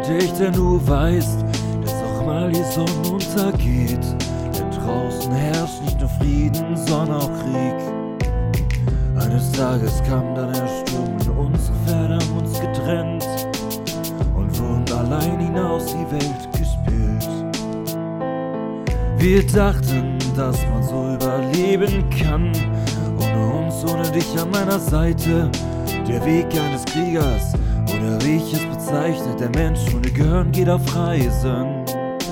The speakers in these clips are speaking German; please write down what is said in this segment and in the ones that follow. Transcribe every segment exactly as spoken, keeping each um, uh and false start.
ich, denn du weißt, dass auch mal die Sonne untergeht. Denn draußen herrscht nicht nur Frieden, sondern auch Krieg. Eines Tages kam dann der Sturm und unsere Pferde haben uns getrennt und wurden allein hinaus die Welt gespielt. Wir dachten, dass man so überleben kann, ohne uns, ohne dich an meiner Seite. Der Weg eines Kriegers, oder wie ich es bezeichne, der Mensch ohne Gehirn geht auf Reisen.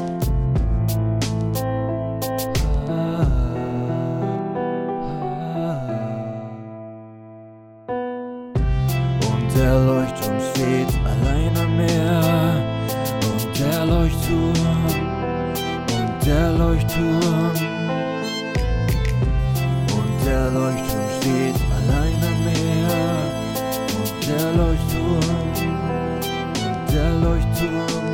Und der Leuchtturm steht allein am Meer. Und der Leuchtturm, und der Leuchtturm, und der Leuchtturm steht allein am Meer. Und der Leuchtturm, und der Leuchtturm.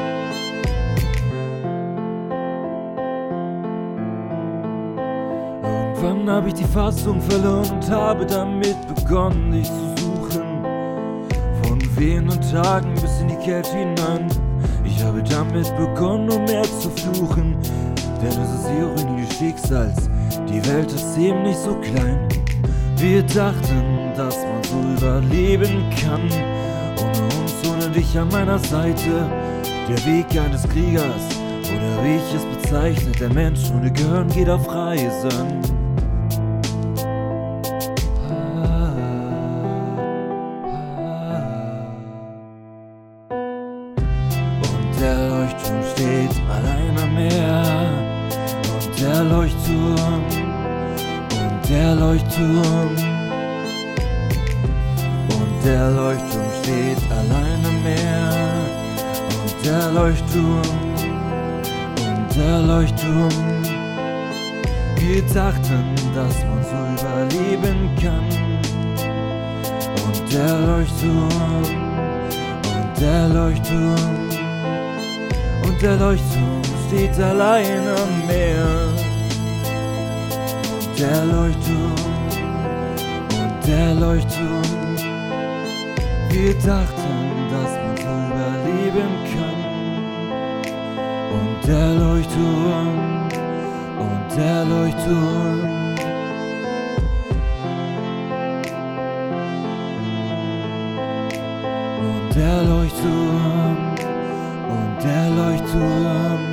Irgendwann habe ich die Fassung verloren und habe damit begonnen, dich zu suchen. Von wehenden Tagen bis in die Kälte hinein. Ich habe damit begonnen, um mehr zu fluchen. Denn es ist die Ironie des Schicksals, die Welt ist eben nicht so klein. Wir dachten, dass man so überleben kann, ohne uns, ohne dich an meiner Seite. Der Weg eines Kriegers, oder wie ich es bezeichne, der Mensch ohne Gehirn geht auf Reisen. Und der Leuchtturm steht allein am Meer. Und der Leuchtturm, und der Leuchtturm, und der Leuchtturm steht allein am Meer. Und der Leuchtturm, und der Leuchtturm. Wir dachten, dass man so überleben kann. Und der Leuchtturm, und der Leuchtturm, und der Leuchtturm steht allein am Meer. Und der Leuchtturm, und der Leuchtturm. Wir dachten, dass man so überleben kann. Und der Leuchtturm, und der Leuchtturm. Und der Leuchtturm, und der Leuchtturm.